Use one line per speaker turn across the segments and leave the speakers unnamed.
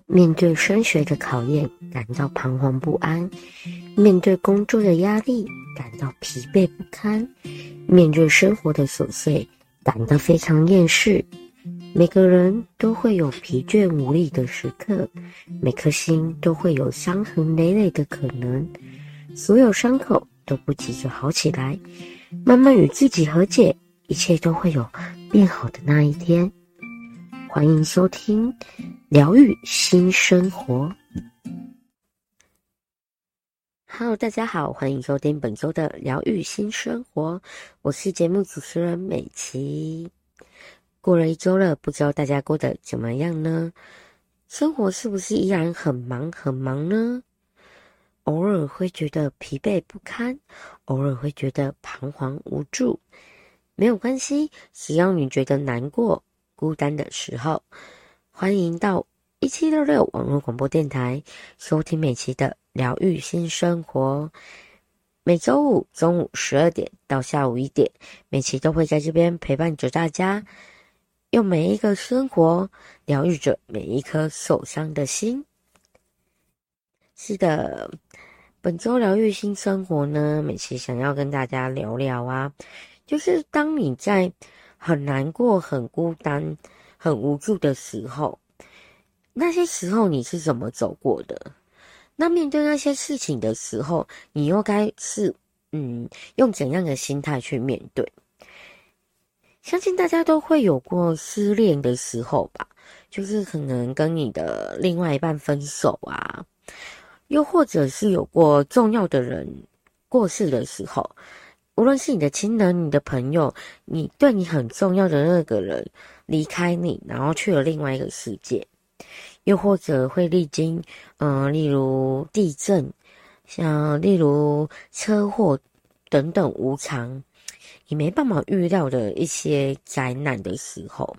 面对升学的考验，感到彷徨不安；面对工作的压力，感到疲惫不堪；面对生活的琐碎，感到非常厌世。每个人都会有疲倦无力的时刻，每颗心都会有伤痕累累的可能。所有伤口都不急着好起来，慢慢与自己和解，一切都会有变好的那一天。欢迎收听疗愈新生活。Hello， 大家好，欢迎收听本周的疗愈新生活，我是节目主持人美琪。过了一周了，不知道大家过得怎么样呢？生活是不是依然很忙呢？偶尔会觉得疲惫不堪，偶尔会觉得彷徨无助。没有关系，只要你觉得难过、孤单的时候，欢迎到1766网络广播电台收听美琪的疗愈新生活。每周五中午12点到下午1点，美琪都会在这边陪伴着大家，用每一个生活疗愈着每一颗受伤的心。是的，本周疗愈新生活呢，美琪想要跟大家聊聊啊，就是当你在很难过、很孤单、很无助的时候，那些时候你是怎么走过的？那面对那些事情的时候，你又该是用怎样的心态去面对？相信大家都会有过失恋的时候吧，就是可能跟你的另外一半分手啊，又或者是有过重要的人过世的时候，无论是你的亲人、你的朋友，你对你很重要的那个人离开你，然后去了另外一个世界，又或者会历经例如地震，像例如车祸等等无常，你没办法预料的一些灾难的时候，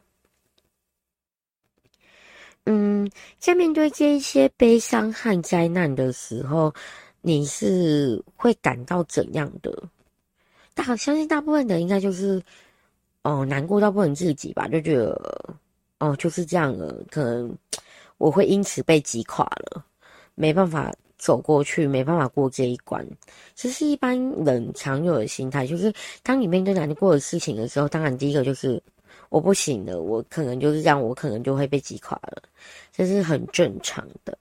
在面对这一些悲伤和灾难的时候，你是会感到怎样的？相信大部分的应该就是难过到不能自己吧，就觉得就是这样了，可能我会因此被击垮了，没办法走过去，没办法过这一关。这是一般人常有的心态，就是当你面对难过的事情的时候，当然第一个就是我不行了，我可能就是这样，我可能就会被击垮了，这是很正常的。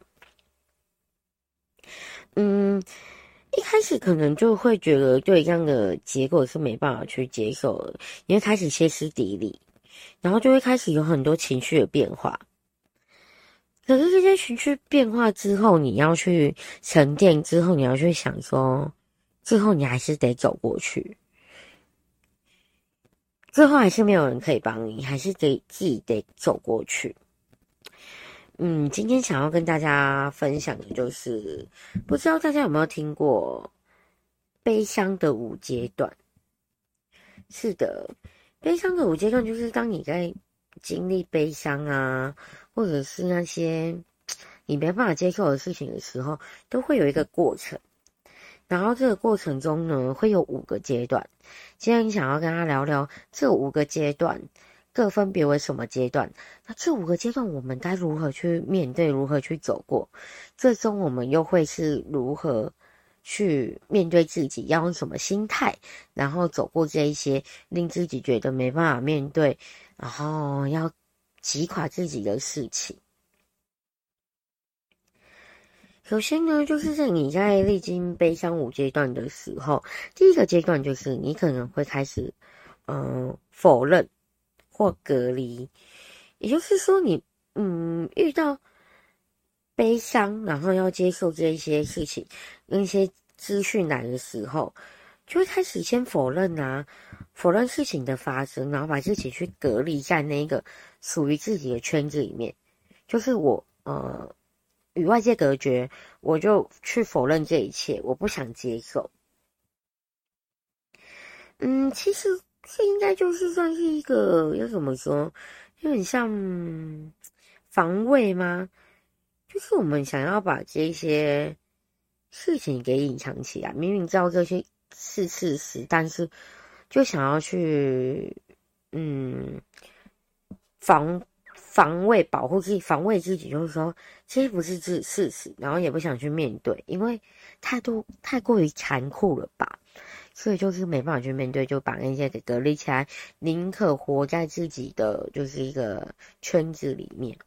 一开始可能就会觉得对这样的结果是没办法去接受的，你会开始歇斯底里，然后就会开始有很多情绪的变化。可是这些情绪变化之后，你要去沉淀之后，你要去想说，最后你还是得走过去，最后还是没有人可以帮你，还是得自己得走过去。今天想要跟大家分享的就是，不知道大家有没有听过悲伤的5阶段？是的，悲伤的5阶段就是当你在经历悲伤啊，或者是那些你没办法接受的事情的时候，都会有一个过程。然后这个过程中呢，会有5个阶段。今天想要跟他聊聊这5个阶段各分别为什么阶段？那这5个阶段我们该如何去面对，如何去走过？最终我们又会是如何去面对自己，要用什么心态，然后走过这一些令自己觉得没办法面对，然后要击垮自己的事情。首先呢，就是在你在历经悲伤5阶段的时候，第一个阶段就是你可能会开始否认或隔离，也就是说你遇到悲伤，然后要接受这一些事情跟一些资讯来的时候，就会开始先否认啊，否认事情的发生，然后把自己去隔离在那个属于自己的圈子里面，就是我与外界隔绝，我就去否认这一切，我不想接受。其实这应该就是算是一个要怎么说，有点像防卫吗？就是我们想要把这些事情给隐藏起来，明明知道这些是事实，但是就想要去防防卫保护自己，防卫自己，就是说这些不是事实，然后也不想去面对，因为太过于残酷了吧，所以就是没办法去面对，就把那些给隔离起来，宁可活在自己的就是一个圈子里面。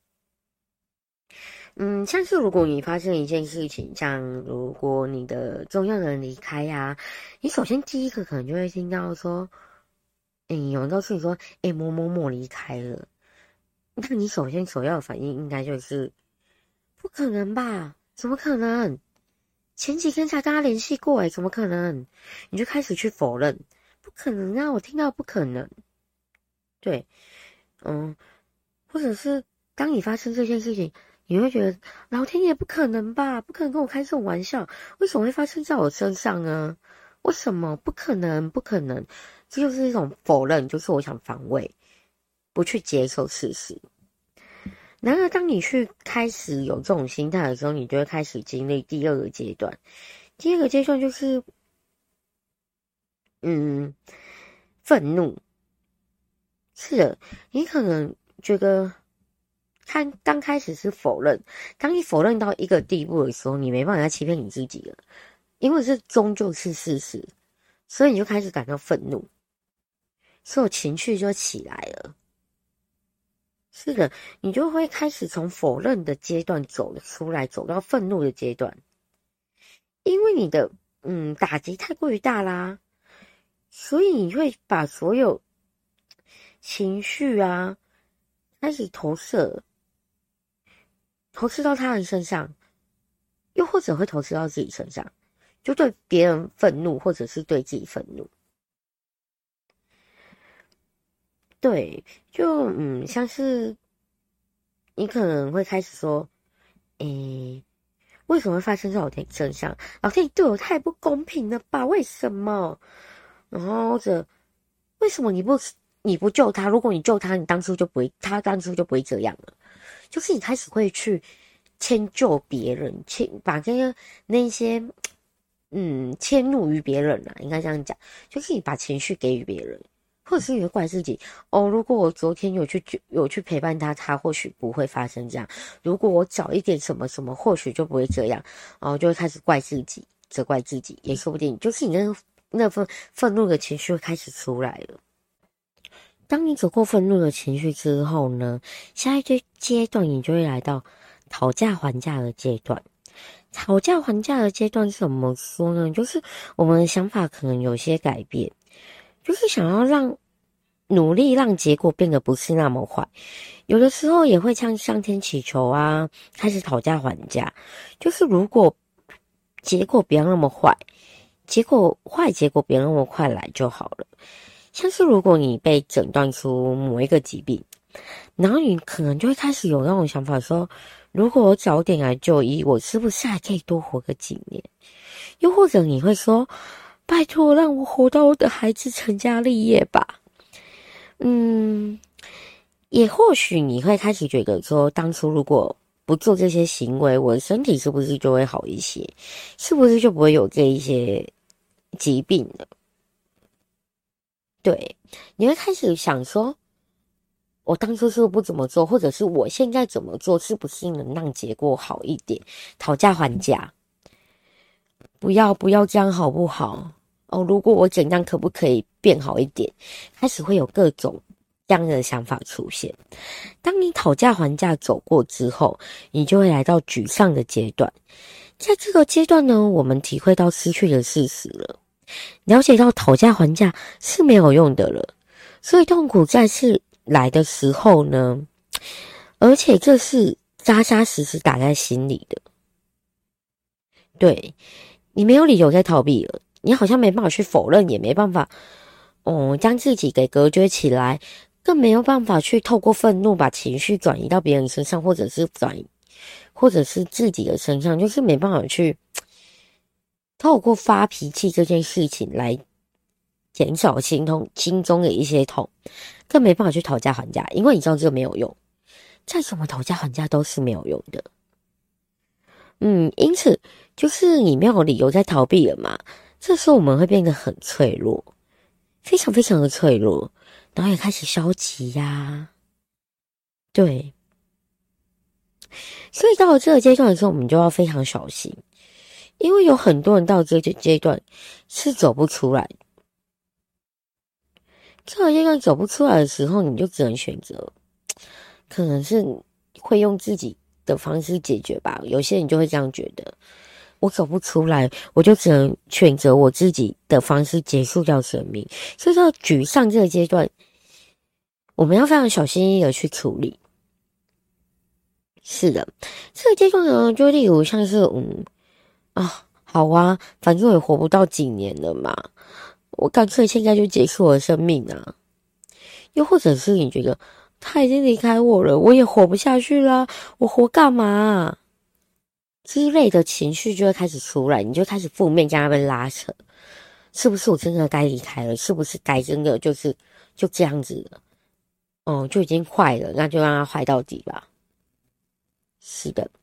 像是如果你发生一件事情，像如果你的重要的人离开呀，你首先第一个可能就会听到说，有人告诉你说，某某某离开了，那你首先首要的反应应该就是，不可能吧？怎么可能？前几天才跟他联系过，怎么可能？你就开始去否认，不可能啊！我听到不可能，对，嗯，或者是当你发生这件事情。你会觉得老天爷不可能吧？不可能跟我开这种玩笑，为什么会发生在我身上呢？为什么不可能？不可能，这就是一种否认，就是我想防卫，不去接受事实。然而，当你去开始有这种心态的时候，你就会开始经历第二个阶段。第二个阶段就是，愤怒。是的，你可能觉得。刚开始是否认，当你否认到一个地步的时候，你没办法再欺骗你自己了，因为这终究是事实，所以你就开始感到愤怒，所有情绪就起来了。是的，你就会开始从否认的阶段走了出来，走到愤怒的阶段，因为你的打击太过于大啦，所以你会把所有情绪啊开始投射到他人身上，又或者会投射到自己身上，就对别人愤怒，或者是对自己愤怒。对，就像是你可能会开始说，为什么会发生在我身上？老天，你对我太不公平了吧？为什么？然后或者为什么你不救他？如果你救他，他当初就不会这样了。就是你开始会去迁就别人，把那些迁怒于别人应该这样讲，就是你把情绪给予别人，或者是你会怪自己如果我昨天有去陪伴他，他或许不会发生这样；如果我早一点什么什么，或许就不会这样，然后就会开始怪自己，责怪自己，也说不定。就是你那份愤怒的情绪会开始出来了。当你走过愤怒的情绪之后呢，下一个阶段你就会来到讨价还价的阶段。讨价还价的阶段是怎么说呢？就是我们的想法可能有些改变，就是想要努力让结果变得不是那么坏。有的时候也会向天祈求啊，开始讨价还价。就是如果结果不要那么坏，结果不要那么快来就好了。像是如果你被诊断出某一个疾病，然后你可能就会开始有那种想法说，如果我早点来就医，我是不是还可以多活个几年？又或者你会说，拜托让我活到我的孩子成家立业吧。也或许你会开始觉得说，当初如果不做这些行为，我的身体是不是就会好一些？是不是就不会有这一些疾病了？对，你会开始想说，我当初是不是不怎么做，或者是我现在怎么做，是不是能让结果好一点？讨价还价，不要这样好不好？如果我怎样可不可以变好一点？开始会有各种这样的想法出现。当你讨价还价走过之后，你就会来到沮丧的阶段。在这个阶段呢，我们体会到失去的事实了。了解到讨价还价是没有用的了，所以痛苦再次来的时候呢，而且这是扎扎实实打在心里的。对，你没有理由再逃避了，你好像没办法去否认，也没办法将自己给隔绝起来，更没有办法去透过愤怒把情绪转移到别人身上，或者是自己的身上，就是没办法去透过发脾气这件事情来减少心中的一些痛，更没办法去讨价还价，因为你知道这个没有用，再怎么讨价还价都是没有用的。因此就是你没有理由再逃避了嘛，这时候我们会变得很脆弱，非常非常的脆弱，然后也开始消极呀， 对，所以到了这个阶段的时候，我们就要非常小心，因为有很多人到这个阶段是走不出来。这个阶段走不出来的时候，你就只能选择，可能是会用自己的方式解决吧。有些人就会这样觉得，我走不出来，我就只能选择我自己的方式结束掉生命。所以到沮丧这个阶段，我们要非常小心翼翼的去处理。是的，这个阶段呢，就例如像是好啊，反正我也活不到几年了嘛，我干脆现在就结束我的生命啊。又或者是你觉得他已经离开我了，我也活不下去啦，我活干嘛啊？之类的情绪就会开始出来，你就开始负面将他被拉扯，是不是我真的该离开了？是不是该真的就这样子了？就已经坏了，那就让它坏到底吧。是的，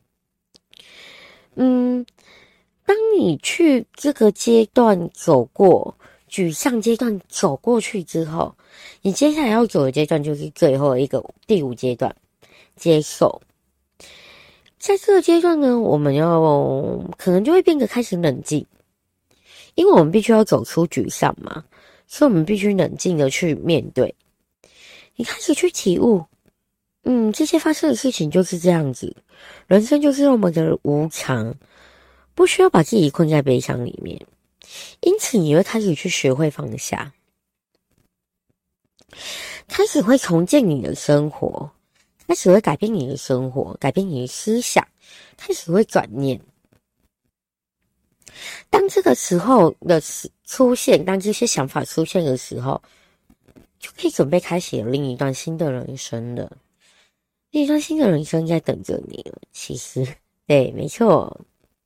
嗯，当你去这个阶段走过，沮丧阶段走过去之后，你接下来要走的阶段就是最后一个第5阶段，接受。在这个阶段呢，我们可能就会变得开始冷静，因为我们必须要走出沮丧嘛，所以我们必须冷静的去面对。你开始去体悟，这些发生的事情就是这样子，人生就是那么的无常，不需要把自己困在悲伤里面。因此，你会开始去学会放下，开始会重建你的生活，开始会改变你的生活，改变你的思想，开始会转念。当这个时候的出现，当这些想法出现的时候，就可以准备开启另一段新的人生了。另一段新的人生在等着你了。其实，对，没错。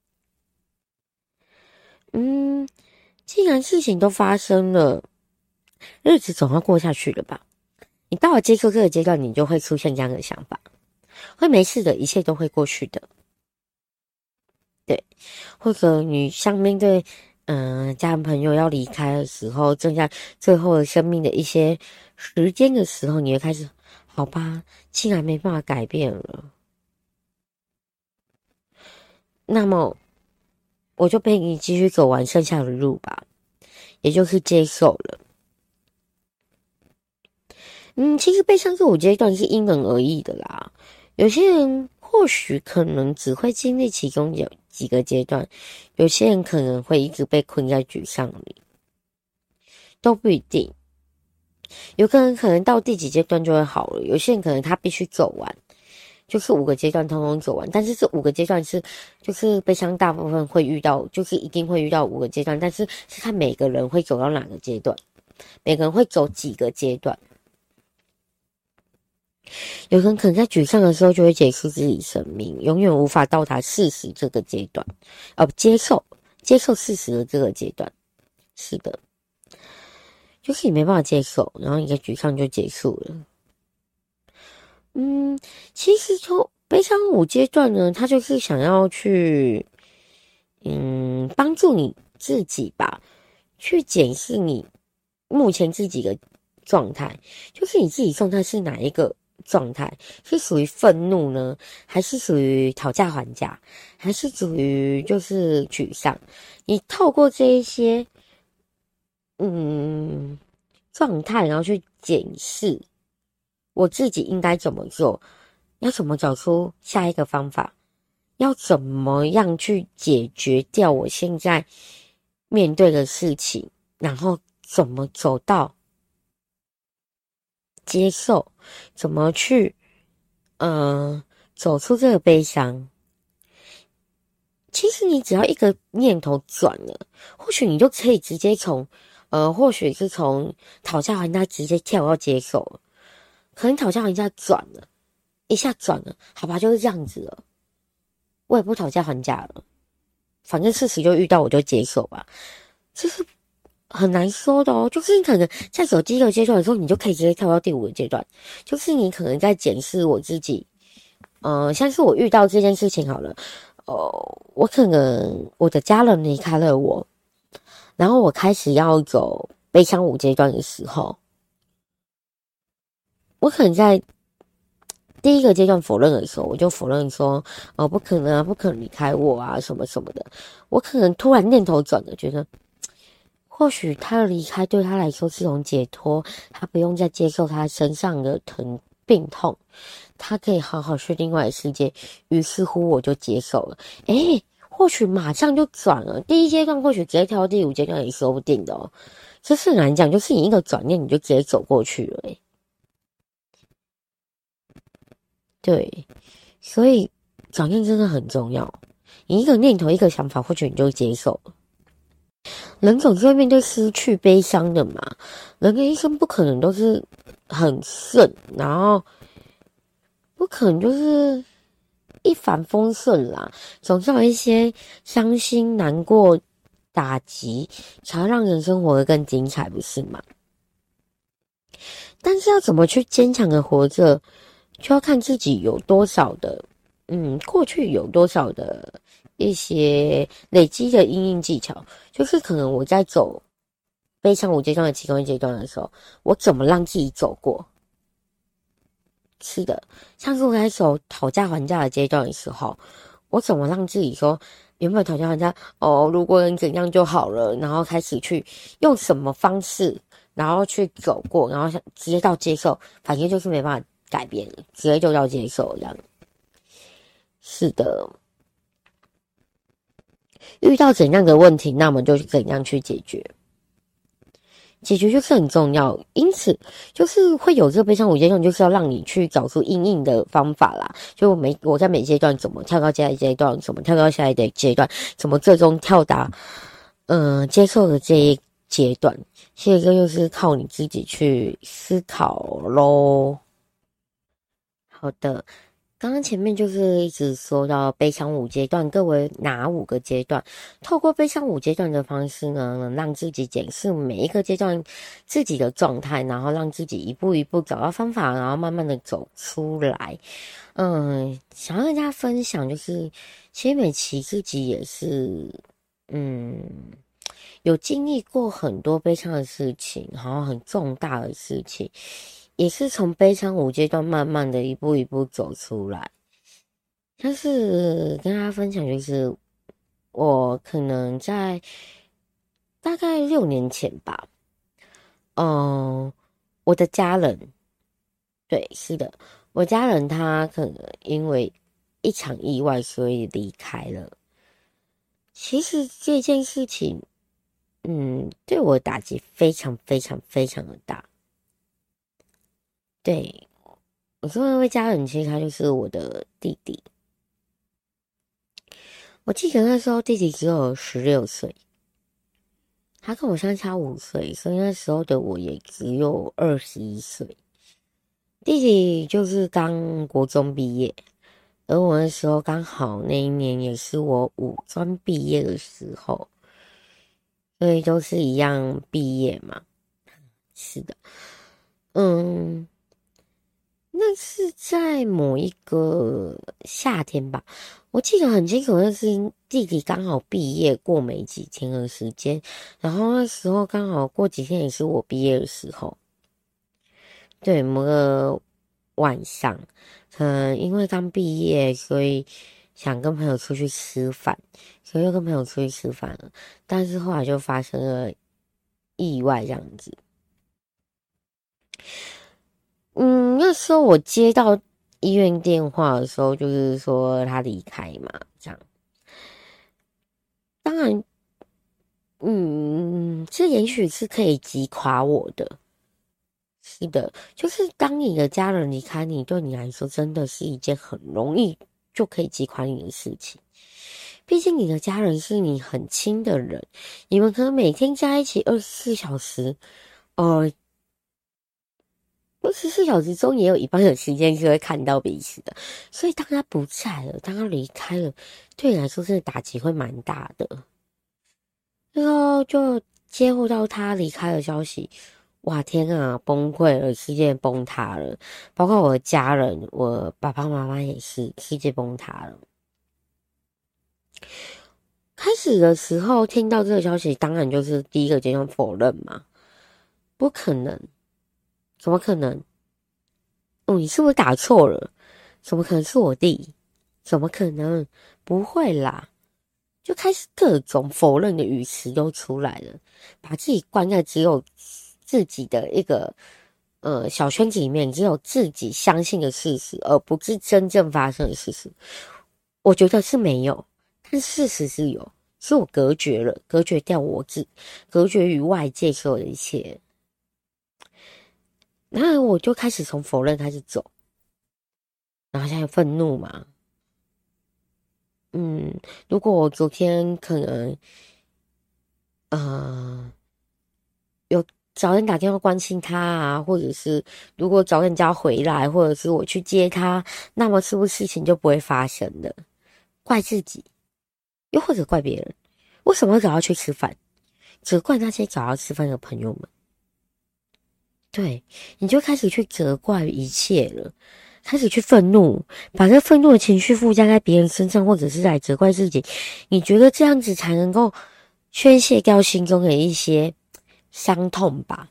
既然事情都发生了，日子总要过下去了吧？你到了接受这个阶段，你就会出现这样的想法，会没事的，一切都会过去的。对，或者你像面对家人朋友要离开的时候，正在最后的生命的一些时间的时候，你会开始，好吧，既然没办法改变了，那么我就陪你继续走完剩下的路吧，也就是接受了。其实悲伤这5阶段是因人而异的啦，有些人或许可能只会经历其中有几个阶段，有些人可能会一直被困在沮丧里，都不一定。有个人可能到第几阶段就会好了，有些人可能他必须走完，就是5个阶段通通走完。但是这5个阶段就是悲伤大部分会遇到，就是一定会遇到5个阶段，但是看每个人会走到哪个阶段，每个人会走几个阶段。有人可能在沮丧的时候就会结束自己生命，永远无法到达事实这个阶段，接受事实的这个阶段。是的，就是你没办法接受，然后你的沮丧就结束了。其实从悲伤5阶段呢，他就是想要去，帮助你自己吧，去检视你目前自己的状态，就是你自己状态是哪一个状态，是属于愤怒呢，还是属于讨价还价，还是属于就是沮丧？你透过这一些状态，然后去检视我自己应该怎么做，要怎么找出下一个方法，要怎么样去解决掉我现在面对的事情，然后怎么走到接受，怎么去走出这个悲伤。其实你只要一个念头转了，或许你就可以直接或许是从讨价还价直接跳到接受了。可能讨价还价转了，一下转了，好吧，就是这样子了。我也不讨价还价了，反正事实就遇到，我就接受吧。这是很难说的哦。就是你可能在走第1个阶段的时候，你就可以直接跳到第5个阶段。就是你可能在检视我自己，像是我遇到这件事情好了，我可能我的家人离开了我，然后我开始要走悲伤5阶段的时候，我可能在第一个阶段否认的时候，我就否认说，不可能啊，不可能离开我啊，什么什么的。我可能突然念头转了，觉得或许他的离开对他来说是一种解脱，他不用再接受他身上的病痛，他可以好好去另外的世界。于是乎，我就接受了。或许马上就转了。第一阶段或许直接跳到第5阶段也说不定的哦。这是很难讲，就是你一个转念，你就直接走过去了。对，所以转念真的很重要。你一个念头、一个想法，或许你就接受了。人总是会面对失去、悲伤的嘛。人的一生不可能都是很顺，然后不可能就是一帆风顺啦，总是有一些伤心、难过、打击，才会让人生活得更精彩，不是吗？但是要怎么去坚强的活着，就要看自己有多少的，过去有多少的一些累积的因应技巧。就是可能我在走悲伤5阶段的其中一阶段的时候，我怎么让自己走过？是的，像是我在走讨价还价的阶段的时候，我怎么让自己说，原本讨价还价，如果能怎样就好了，然后开始去用什么方式，然后去走过，然后直接到接受，反正就是没办法改变了，直接就到接受这样。是的，遇到怎样的问题，那么就怎样去解决。解决就是很重要，因此就是会有这个悲伤5阶段，就是要让你去找出因应的方法啦。就我在每阶段怎么跳到下一阶段，怎么跳到下一个阶段，怎么最终跳达接受的这一阶段。其实这就是靠你自己去思考咯。好的。刚刚前面就是一直说到悲伤5阶段，各为哪5个阶段？透过悲伤5阶段的方式呢，能让自己检视每一个阶段自己的状态，然后让自己一步一步找到方法，然后慢慢的走出来。想要跟大家分享，就是其实美琪自己也是，有经历过很多悲伤的事情，然后很重大的事情。也是从悲伤5阶段慢慢的一步一步走出来。但是跟大家分享，就是我可能在大概6年前吧，我的家人，对，是的，我家人他可能因为一场意外，所以离开了。其实这件事情，对我的打击非常非常非常的大。对，我说那位家人，其实他就是我的弟弟。我记得那时候弟弟只有16岁，他跟我相差5岁，所以那时候的我也只有21岁。弟弟就是刚国中毕业，而我那时候刚好那一年也是我5专毕业的时候，所以都是一样毕业嘛。是的，那是在某一个夏天吧，我记得很清楚，那是弟弟刚好毕业过没几天的时间，然后那时候刚好过几天也是我毕业的时候。对，某个晚上，因为刚毕业，所以想跟朋友出去吃饭，所以又跟朋友出去吃饭了，但是后来就发生了意外这样子。那时候我接到医院电话的时候，就是说他离开嘛，这样。当然，这也许是可以击垮我的。是的，就是当你的家人离开你，对你来说真的是一件很容易就可以击垮你的事情。毕竟你的家人是你很亲的人，你们可能每天在一起24小时，24小时中也有一半的时间是会看到彼此的，所以当他不在了，当他离开了，对你来说真的打击会蛮大的。然后就接获到他离开的消息，哇天啊，崩溃了，世界崩塌了，包括我的家人，我爸爸妈妈也是，世界崩塌了。开始的时候听到这个消息，当然就是第一个阶段否认嘛，不可能，怎么可能？你是不是打错了？ 怎么可能是我弟？怎么可能？不会啦！就开始各种否认的语词都出来了，把自己关在只有自己的一个小圈子里面，只有自己相信的事实，而不是真正发生的事实。我觉得是没有，但事实是有，是我隔绝了，隔绝掉隔绝于外界所有的一切。然后我就开始从否认开始走，然后现在愤怒嘛。如果我昨天可能有早点打电话关心他啊，或者是如果早点叫他回来，或者是我去接他，那么是不是事情就不会发生了？怪自己，又或者怪别人，为什么会找他去吃饭？责怪那些找他吃饭的朋友们。对，你就开始去责怪一切了，开始去愤怒，把这愤怒的情绪附加在别人身上，或者是来责怪自己。你觉得这样子才能够宣泄掉心中的一些伤痛吧？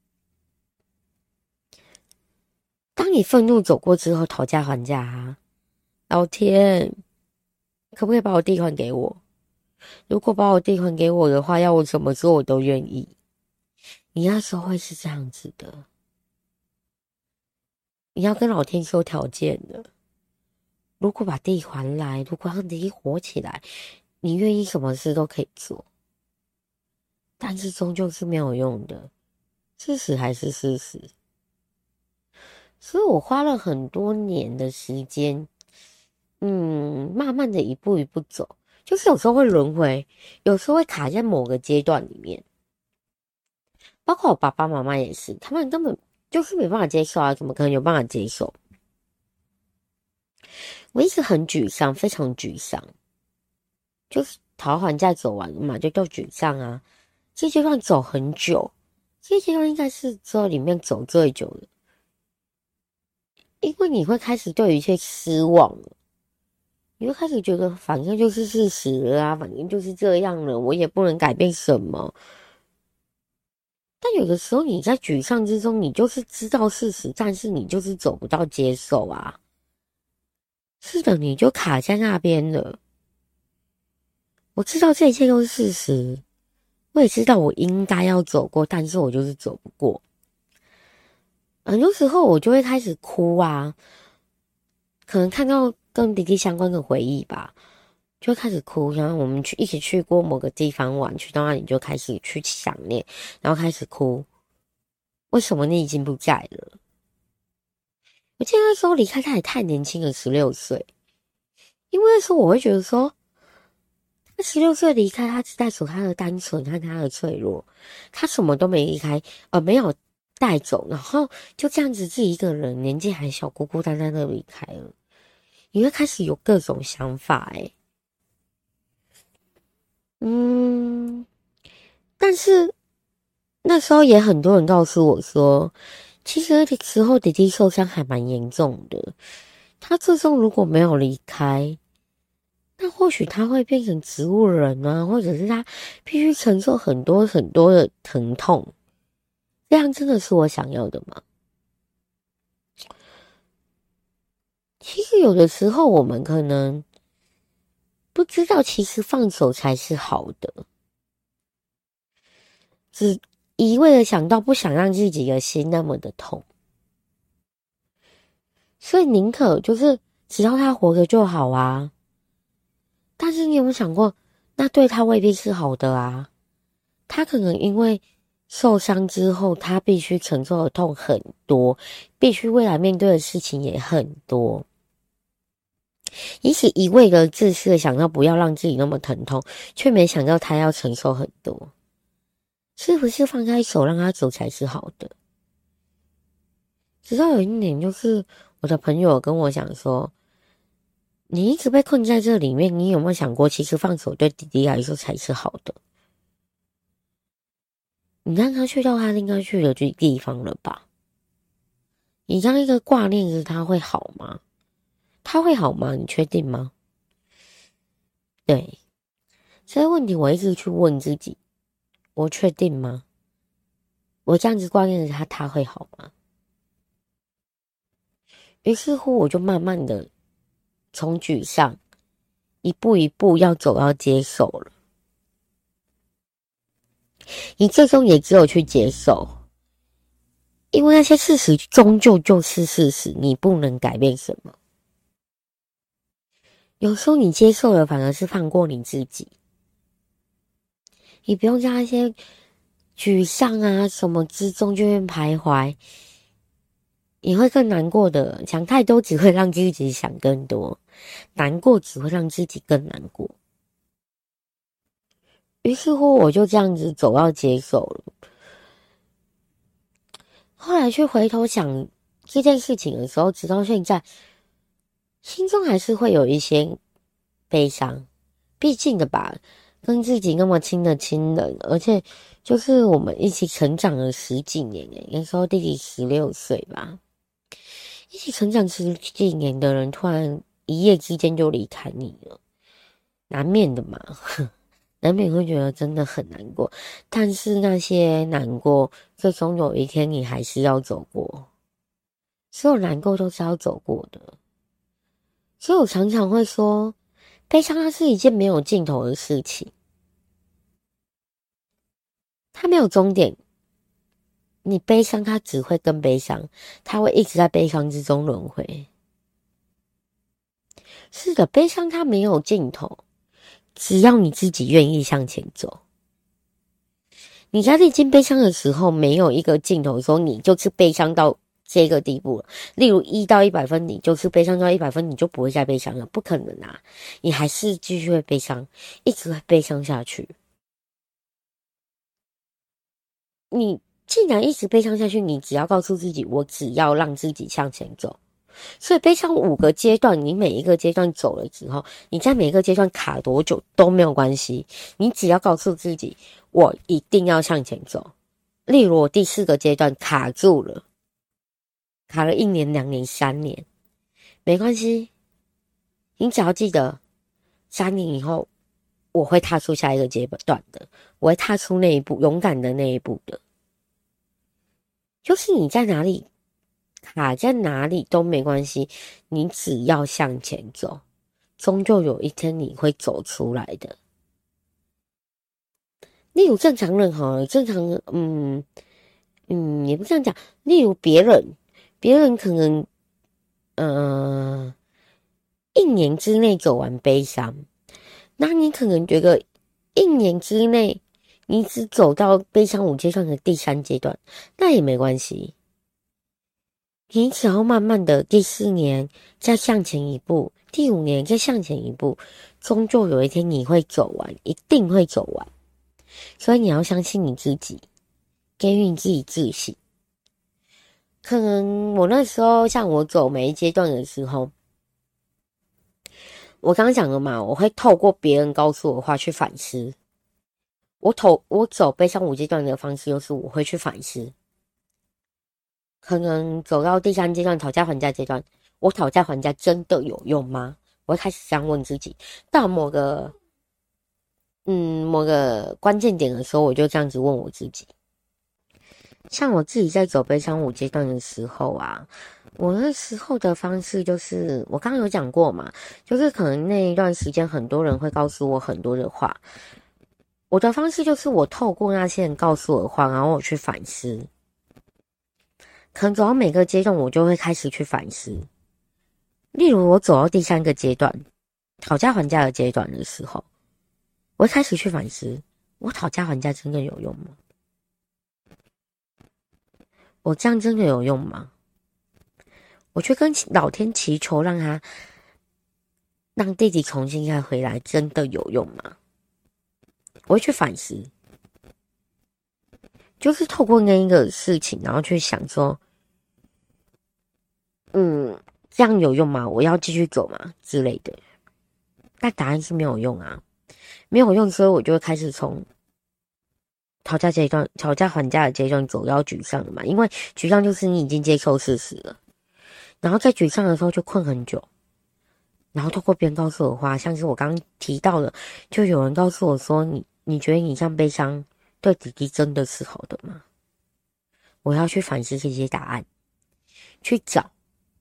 当你愤怒走过之后，讨价还价啊，老天，可不可以把我弟还给我？如果把我弟还给我的话，要我怎么做我都愿意。你那时候会是这样子的，你要跟老天说条件的。如果把地还来，如果让地活起来，你愿意什么事都可以做。但是终究是没有用的，事实还是事实。所以我花了很多年的时间，慢慢的一步一步走，就是有时候会轮回，有时候会卡在某个阶段里面。包括我爸爸妈妈也是，他们根本就是没办法接受啊，怎么可能有办法接受？我一直很沮丧，非常沮丧，就是逃还价走完了嘛，就叫沮丧啊。这阶段走很久，这阶段应该是这里面走最久的，因为你会开始对一切失望了，你会开始觉得反正就是事实了啊，反正就是这样了，我也不能改变什么。但有的时候你在沮丧之中，你就是知道事实，但是你就是走不到接受啊。是的，你就卡在那边了。我知道这一切都是事实，我也知道我应该要走过，但是我就是走不过。很多时候我就会开始哭啊，可能看到跟弟弟相关的回忆吧，就会开始哭。然后我们一起去过某个地方玩，去到那里就开始去想念，然后开始哭。为什么你已经不在了？我记得那时候离开他也太年轻了，16岁。因为那时候我会觉得说，他16岁离开，他只带走他的单纯和他的脆弱，他什么都没离开，没有带走，然后就这样子自己一个人，年纪还小，孤孤单单的离开了。你会开始有各种想法，但是那时候也很多人告诉我说，其实那个时候弟弟受伤还蛮严重的，他最终如果没有离开，那或许他会变成植物人啊，或者是他必须承受很多很多的疼痛，这样真的是我想要的吗？其实有的时候我们可能不知道，其实放手才是好的，只一味的想到不想让自己的心那么的痛，所以宁可就是只要他活着就好啊。但是你有没有想过，那对他未必是好的啊？他可能因为受伤之后，他必须承受的痛很多，必须未来面对的事情也很多。也许一味的自私的想到不要让自己那么疼痛，却没想到他要承受很多。是不是放开手让他走才是好的？直到有一年，就是我的朋友跟我讲说，你一直被困在这里面，你有没有想过，其实放手对弟弟来说才是好的？你让他去到他应该去的地方了吧？你这样一个挂念着他会好吗？他会好吗？你确定吗？对，这个问题我一直去问自己，我确定吗？我这样子挂念着他，他会好吗？ 于是乎，我就慢慢的从沮丧一步一步要走到接受了。你最终也只有去接受，因为那些事实终究就是事实，你不能改变什么。有时候你接受了，反而是放过你自己。你不用在那些沮丧啊什么之中就会徘徊，你会更难过的。想太多只会让自己想更多，难过只会让自己更难过。于是乎，我就这样子走到接受了。后来去回头想这件事情的时候，直到现在，心中还是会有一些悲伤。毕竟的吧，跟自己那么亲的亲人，而且就是我们一起成长了10几年那时候弟弟16岁吧，一起成长10几年的人，突然一夜之间就离开你了，难免的嘛。难免会觉得真的很难过，但是那些难过，最终有一天你还是要走过。所有难过都是要走过的，所以我常常会说，悲伤它是一件没有尽头的事情，它没有终点。你悲伤，它只会更悲伤，它会一直在悲伤之中轮回。是的，悲伤它没有尽头，只要你自己愿意向前走。你在历经悲伤的时候，没有一个尽头说你就是悲伤到这个地步了。例如1到100分，你就是悲伤到100分，你就不会再悲伤了，不可能啊！你还是继续会悲伤，一直会悲伤下去。你既然一直悲伤下去，你只要告诉自己，我只要让自己向前走。所以悲伤5个阶段，你每一个阶段走了之后，你在每一个阶段卡多久都没有关系，你只要告诉自己，我一定要向前走。例如我第4个阶段卡住了，卡了1年、2年、3年，没关系，你只要记得3年以后我会踏出下一个阶段的，我会踏出那一步，勇敢的那一步的。就是你在哪里卡在哪里都没关系，你只要向前走，终究有一天你会走出来的。例如正常人正常人也不这样讲。例如别人可能1年之内走完悲伤，那你可能觉得1年之内你只走到悲伤5阶段的第3阶段，那也没关系。你只要慢慢的第4年再向前一步，第5年再向前一步，终究有一天你会走完，一定会走完。所以你要相信你自己，给予你自己自信。可能我那时候像我走每一阶段的时候，我刚刚讲了嘛，我会透过别人告诉我的话去反思。我走悲伤5阶段的方式就是我会去反思。可能走到第3阶段讨价还价阶段，我讨价还价真的有用吗？我会开始这样问自己。到某个关键点的时候，我就这样子问我自己。像我自己在走悲伤5阶段的时候啊，我那时候的方式就是我刚刚有讲过嘛，就是可能那一段时间很多人会告诉我很多的话，我的方式就是我透过那些人告诉我的话，然后我去反思。可能走到每个阶段，我就会开始去反思。例如我走到第3个阶段讨价还价的阶段的时候，我会开始去反思，我讨价还价真的有用吗？我这样真的有用吗？我去跟老天祈求让弟弟重新再回来，真的有用吗？我会去反思，就是透过那一个事情，然后去想说，这样有用吗？我要继续走吗？之类的。但答案是没有用啊，没有用，所以我就会开始从讨价还价的阶段走到沮丧了嘛，因为沮丧就是你已经接受事实了，然后在沮丧的时候就困很久，然后透过别人告诉我的话，像是我刚刚提到的，就有人告诉我说，你觉得你这样悲伤对弟弟真的是好的吗？我要去反思这些答案，去找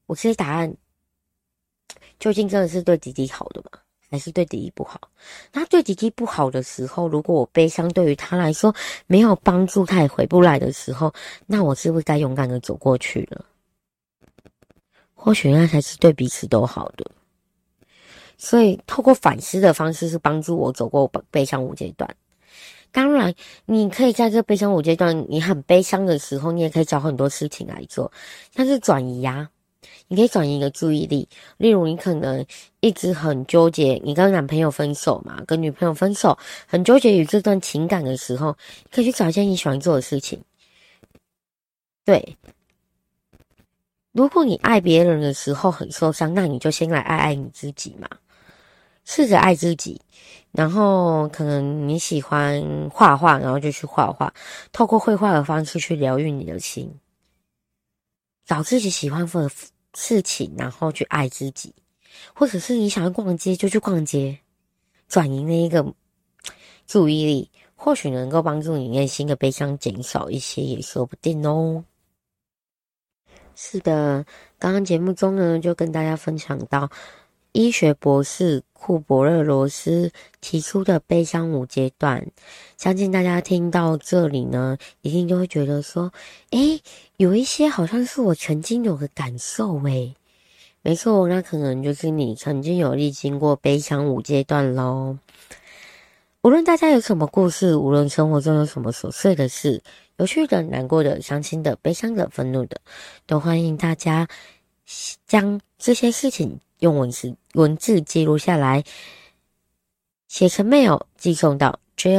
我这些答案究竟真的是对弟弟好的吗？还是对弟弟不好？那对弟弟不好的时候，如果我悲伤对于他来说没有帮助，他也回不来的时候，那我是不是该勇敢的走过去了？或许那才是对彼此都好的。所以透过反思的方式是帮助我走过悲伤五阶段。当然你可以在这悲伤五阶段，你很悲伤的时候，你也可以找很多事情来做，像是转移啊，你可以转移一个注意力。例如你可能一直很纠结，你跟男朋友分手嘛，跟女朋友分手，很纠结于这段情感的时候，可以去找一件你喜欢做的事情。对，如果你爱别人的时候很受伤，那你就先来爱爱你自己嘛，试着爱自己。然后可能你喜欢画画，然后就去画画，透过绘画的方式去疗愈你的心，找自己喜欢的事情，然后去爱自己。或者是你想要逛街就去逛街，转移那一个注意力，或许能够帮助你内心的悲伤减少一些，也说不定哦。是的，刚刚节目中呢，就跟大家分享到医学博士库伯勒罗斯提出的悲伤五阶段。相信大家听到这里呢，一定就会觉得说，有一些好像是我曾经有个感受诶。没错，那可能就是你曾经有历经过悲伤五阶段咯。无论大家有什么故事，无论生活中有什么琐碎的事，有趣的、难过的、伤心的、悲伤的、愤怒的，都欢迎大家将这些事情用文字记录下来，写成 mail 寄送到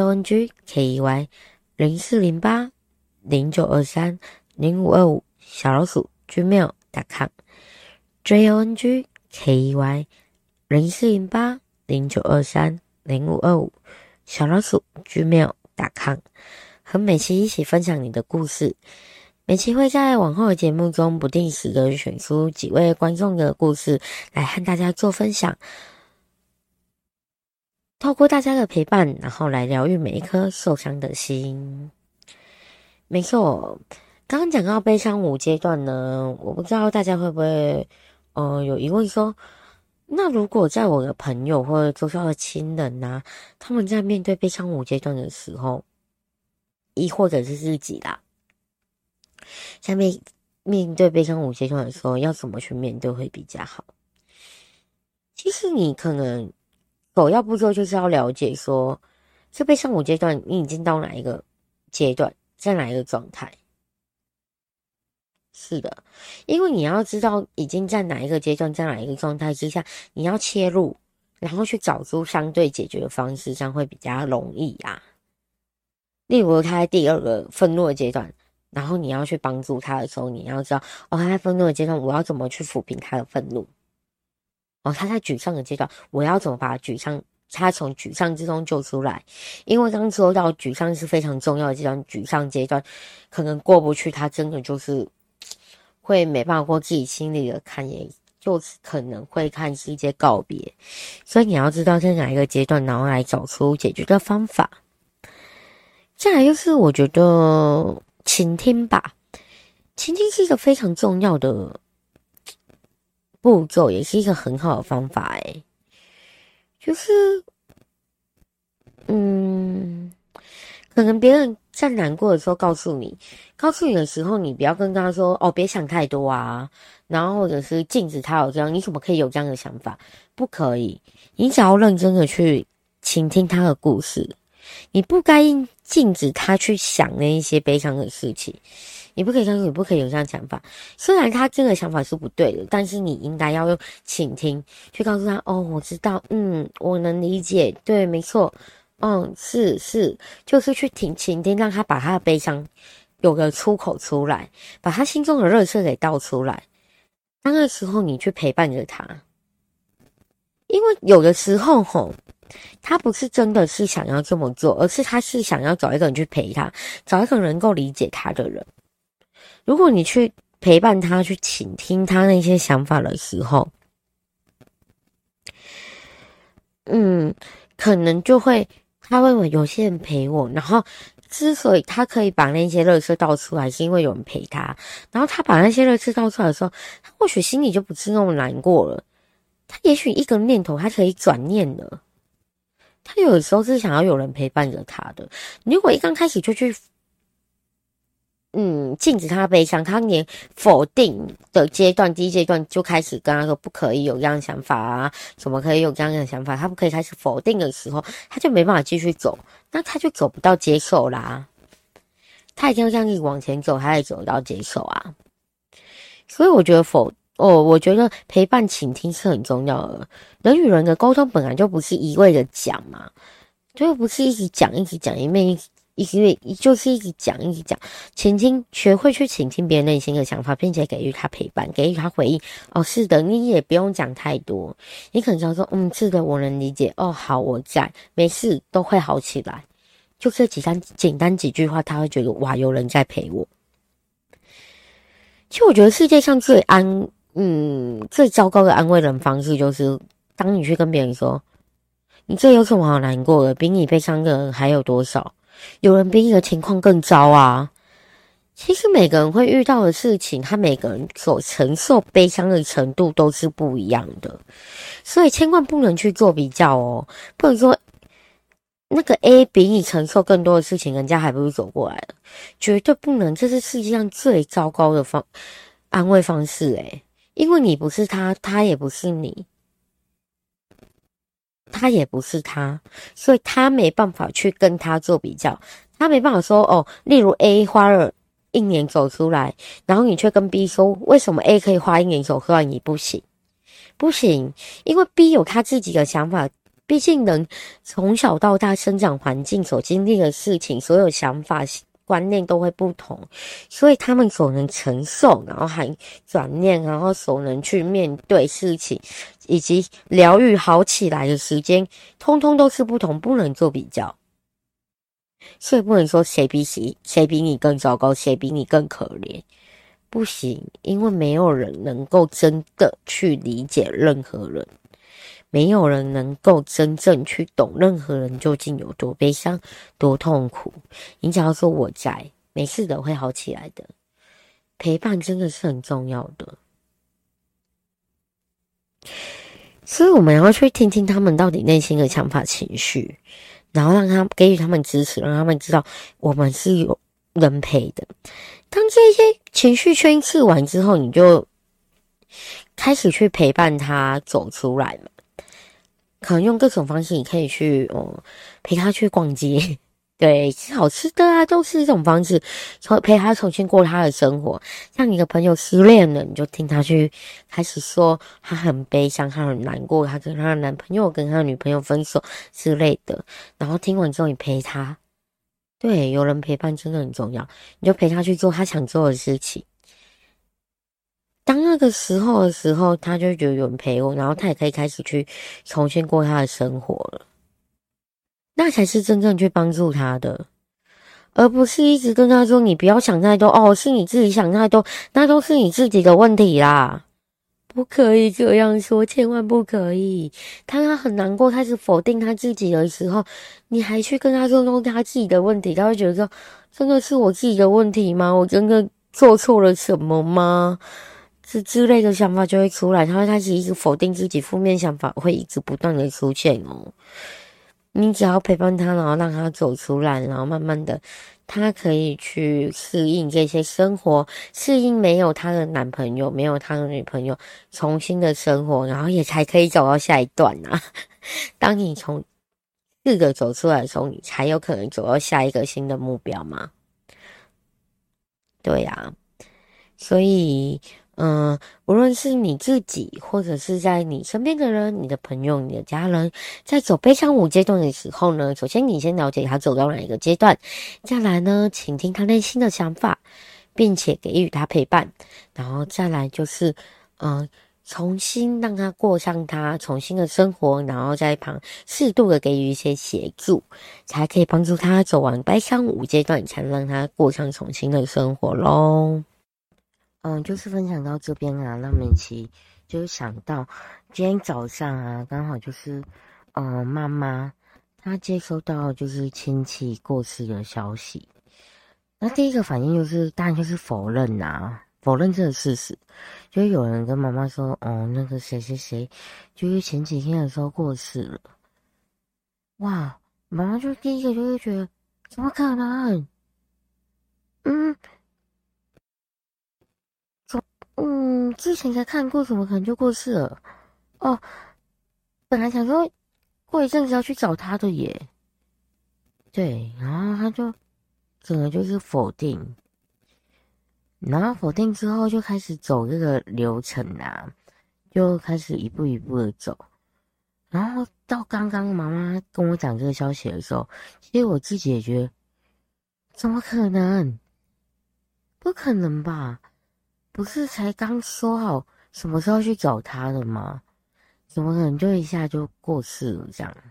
jongkey040809230525gmail.com jongkey040809230525gmail.com 和美琪一起分享你的故事。美琪会在往后的节目中不定时的选出几位观众的故事来和大家做分享，透过大家的陪伴，然后来疗愈每一颗受伤的心。没错，刚刚讲到悲伤五阶段呢，我不知道大家会不会有疑问说，那如果在我的朋友或者周遭的亲人啊，他们在面对悲伤五阶段的时候，亦或者是自己啦，在面对悲伤五阶段的时候，要怎么去面对会比较好？其实你可能首要步骤就是要了解说，这悲伤五阶段你已经到哪一个阶段，在哪一个状态。是的，因为你要知道已经在哪一个阶段，在哪一个状态之下，你要切入，然后去找出相对解决的方式，这样会比较容易啊。例如他在第二个愤怒的阶段，然后你要去帮助他的时候，你要知道他在愤怒的阶段，我要怎么去抚平他的愤怒。他在沮丧的阶段，我要怎么把他从沮丧之中救出来？因为刚刚说到沮丧是非常重要的阶段，沮丧阶段可能过不去，他真的就是会没办法过自己心里的坎，也就是可能会和世界告别。所以你要知道在哪一个阶段，然后来找出解决的方法。再来就是我觉得倾听吧，倾听是一个非常重要的步骤，也是一个很好的方法就是可能别人在难过的时候告诉你的时候，你不要跟他说别想太多啊，然后或者是禁止他有这样，你怎么可以有这样的想法？不可以，你只要认真的去倾听他的故事，你不该禁止他去想那一些悲伤的事情，你不可以你不可以有这样想法。虽然他这个想法是不对的，但是你应该要用倾听去告诉他，我知道，我能理解，对，没错，是，就是去倾听，让他把他的悲伤有个出口出来，把他心中的热血给倒出来。那个时候你去陪伴着他，因为有的时候他不是真的是想要这么做，而是他是想要找一个人去陪他，找一个能够理解他的人。如果你去陪伴他，去倾听他那些想法的时候，可能就会他会有些人陪我，然后之所以他可以把那些垃圾倒出来，是因为有人陪他。然后他把那些垃圾倒出来的时候，他或许心里就不是那么难过了。他也许一个念头，他可以转念了。他有的时候是想要有人陪伴着他的。如果一刚开始就去禁止他悲伤，他连否定的阶段，第一阶段就开始跟他说不可以有这样的想法啊，怎么可以有这样的想法，他不可以开始否定的时候，他就没办法继续走，那他就走不到接受啦。他一定要这样子往前走，他才走到接受啊。所以我觉得我觉得陪伴倾听是很重要的。人与人的沟通本来就不是一味的讲嘛，就不是一直讲一直讲，就是一直讲一直讲。倾听，学会去倾听别人内心的想法，并且给予他陪伴，给予他回应。哦，是的，你也不用讲太多，你可能只要说，是的，我能理解。哦，好，我在，没事，都会好起来。就这简单几句话，他会觉得哇，有人在陪我。其实我觉得世界上最糟糕的安慰人方式，就是当你去跟别人说，你这有什么好难过的？比你悲伤的人还有多少？有人比你的情况更糟啊！其实每个人会遇到的事情，他每个人所承受悲伤的程度都是不一样的，所以千万不能去做比较哦。不能说那个 A 比你承受更多的事情，人家还不是走过来了，绝对不能。这是世界上最糟糕的安慰方式诶，因为你不是他，他也不是你，他也不是他，所以他没办法去跟他做比较，他没办法说例如 A 花了1年走出来，然后你却跟 B 说，为什么 A 可以花1年走出来，你不行？不行，因为 B 有他自己的想法，毕竟人从小到大生长环境所经历的事情，所有想法观念都会不同，所以他们所能承受，然后还转念，然后所能去面对事情，以及疗愈好起来的时间，通通都是不同，不能做比较。所以不能说谁比你更糟糕，谁比你更可怜，不行，因为没有人能够真的去理解任何人。没有人能够真正去懂任何人究竟有多悲伤、多痛苦。你只要说我在，没事的，会好起来的。陪伴真的是很重要的，所以我们要去听听他们到底内心的想法、情绪，然后给予他们支持，让他们知道我们是有人陪的。当这些情绪宣泄完之后，你就开始去陪伴他走出来嘛。可能用各种方式，你可以去陪他去逛街，对，吃好吃的啊，都是一种方式，陪他重新过他的生活。像你的朋友失恋了，你就听他去开始说他很悲伤，他很难过，他跟他的男朋友跟他的女朋友分手之类的。然后听完之后，你陪他，对，有人陪伴真的很重要，你就陪他去做他想做的事情。当那个时候的时候，他就觉得有人陪我，然后他也可以开始去重新过他的生活了。那才是真正去帮助他的，而不是一直跟他说你不要想太多，是你自己想太多，那都是你自己的问题啦。不可以这样说，千万不可以。当他很难过，开始否定他自己的时候，你还去跟他说都是他自己的问题，他会觉得说真的是我自己的问题吗？我真的做错了什么吗？之类的想法就会出来，他会开始一直否定自己，负面想法会一直不断的出现哦。你只要陪伴他，然后让他走出来，然后慢慢的，他可以去适应这些生活，适应没有他的男朋友，没有他的女朋友，重新的生活，然后也才可以走到下一段啊。当你从4个走出来的时候，你才有可能走到下一个新的目标嘛。对啊，所以无论是你自己，或者是在你身边的人、你的朋友、你的家人，在走悲伤5阶段的时候呢，首先你先了解他走到哪一个阶段，再来呢，倾听他内心的想法，并且给予他陪伴，然后再来就是重新让他过上他重新的生活，然后在一旁适度的给予一些协助，才可以帮助他走完悲伤5阶段，才能让他过上重新的生活咯。就是分享到这边啊，那美琪就是想到今天早上啊，刚好就是妈妈他接收到就是亲戚过世的消息，那第一个反应当然就是否认否认这个事实。就是有人跟妈妈说，那个谁谁谁，就是前几天的时候过世了。哇，妈妈就第一个就会觉得，怎么可能？嗯之前才看过，怎么可能就过世了？哦，本来想说过一阵子要去找他的耶。对，然后他就整个就是否定，然后否定之后就开始走这个流程就开始一步一步的走。然后到刚刚妈妈跟我讲这个消息的时候，其实我自己也觉得，怎么可能？不可能吧？不是才刚说好什么时候去找他的吗？怎么可能就一下就过世了这样？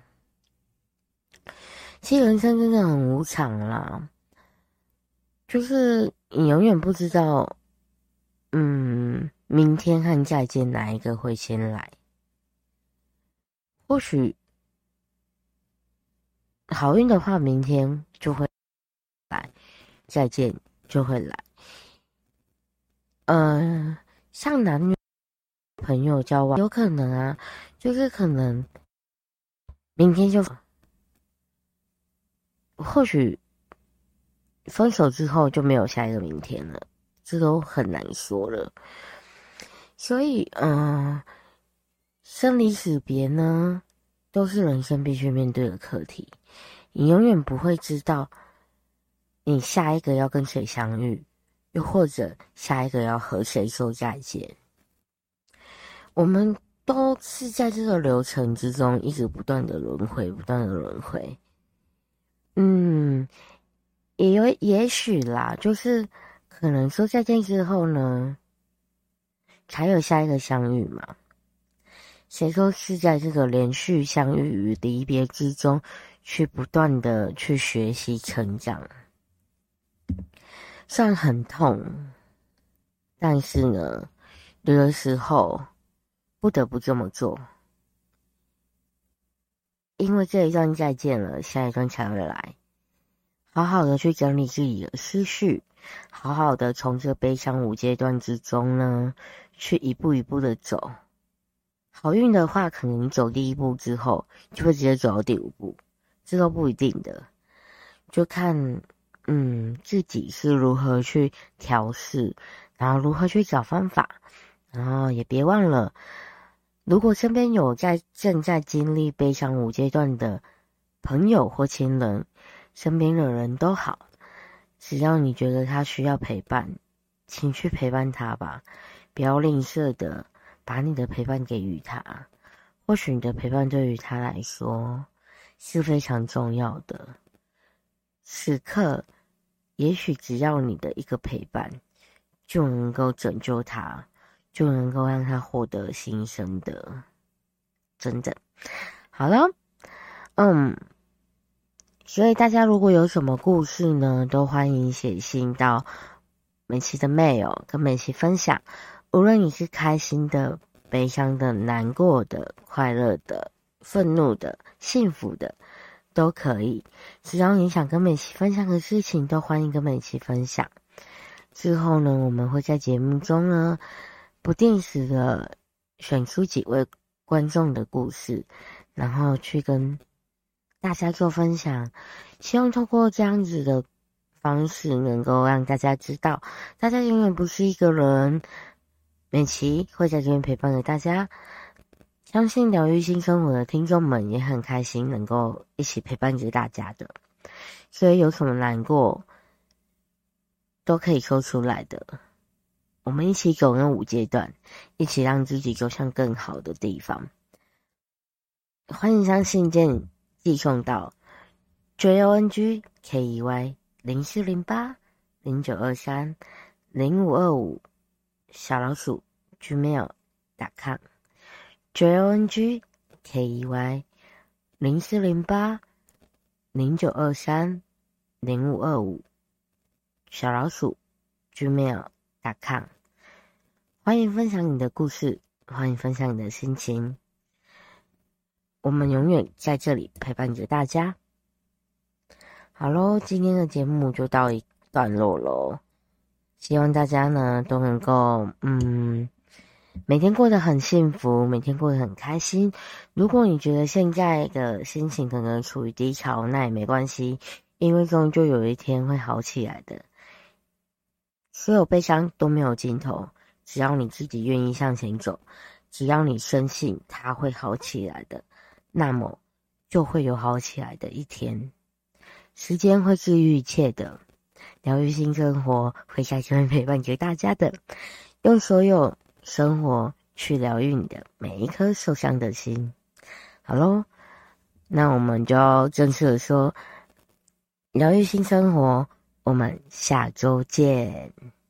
其实人生真的很无常啦，就是你永远不知道，明天和再见哪一个会先来。或许好运的话，明天就会来，再见就会来。像男女朋友交往，有可能就是可能明天就，或许分手之后就没有下一个明天了，这都很难说了。所以，生离死别呢，都是人生必须面对的课题。你永远不会知道，你下一个要跟谁相遇，又或者下一个要和谁说再见。我们都是在这个流程之中，一直不断的轮回，不断的轮回。也许啦，就是可能说再见之后呢，才有下一个相遇嘛。谁说是在这个连续相遇与离别之中，去不断的去学习成长？虽然很痛，但是呢，有的时候不得不这么做，因为这一段再见了，下一段才会来。好好的去整理自己的思绪，好好的从这悲伤5阶段之中呢，去一步一步的走。好运的话，可能你走第1步之后，就会直接走到第5步，这都不一定的，就看自己是如何去调试，然后如何去找方法，然后也别忘了，如果身边有正在经历悲伤5阶段的朋友或亲人，身边的人都好，只要你觉得他需要陪伴，请去陪伴他吧，不要吝啬的把你的陪伴给予他。或许你的陪伴对于他来说是非常重要的，此刻也许只要你的一个陪伴，就能够拯救他，就能够让他获得新生的。真的。好了，所以大家如果有什么故事呢，都欢迎写信到美琪的 mail 跟美琪分享。无论你是开心的、悲伤的、难过的、快乐的、愤怒的、幸福的，都可以。只要你想跟美琪分享的事情，都欢迎跟美琪分享。之后呢，我们会在节目中呢，不定时的选出几位观众的故事，然后去跟大家做分享，希望透过这样子的方式，能够让大家知道，大家永远不是一个人。美琪会在这边陪伴着大家，相信疗愈新生活的听众们也很开心，能够一起陪伴着大家的。所以有什么难过，都可以说出来的。我们一起走那5阶段，一起让自己走向更好的地方。欢迎将信件寄送到 JONGKEY040809230525小老鼠 gmail.com JONGKEY040809230525小老鼠 gmail.com 欢迎分享你的故事，欢迎分享你的心情。 我们永远在这里陪伴着大家。好咯，今天的节目就到一段落咯，希望大家呢都能够每天过得很幸福，每天过得很开心。如果你觉得现在的心情可能处于低潮，那也没关系，因为终究有一天会好起来的。所有悲伤都没有尽头，只要你自己愿意向前走，只要你深信它会好起来的，那么就会有好起来的一天。时间会治愈一切的，疗愈新生活会在这边陪伴着大家的，用所有生活去疗愈你的每一颗受伤的心。好咯，那我们就要正式的说，疗愈新生活，我们下周见。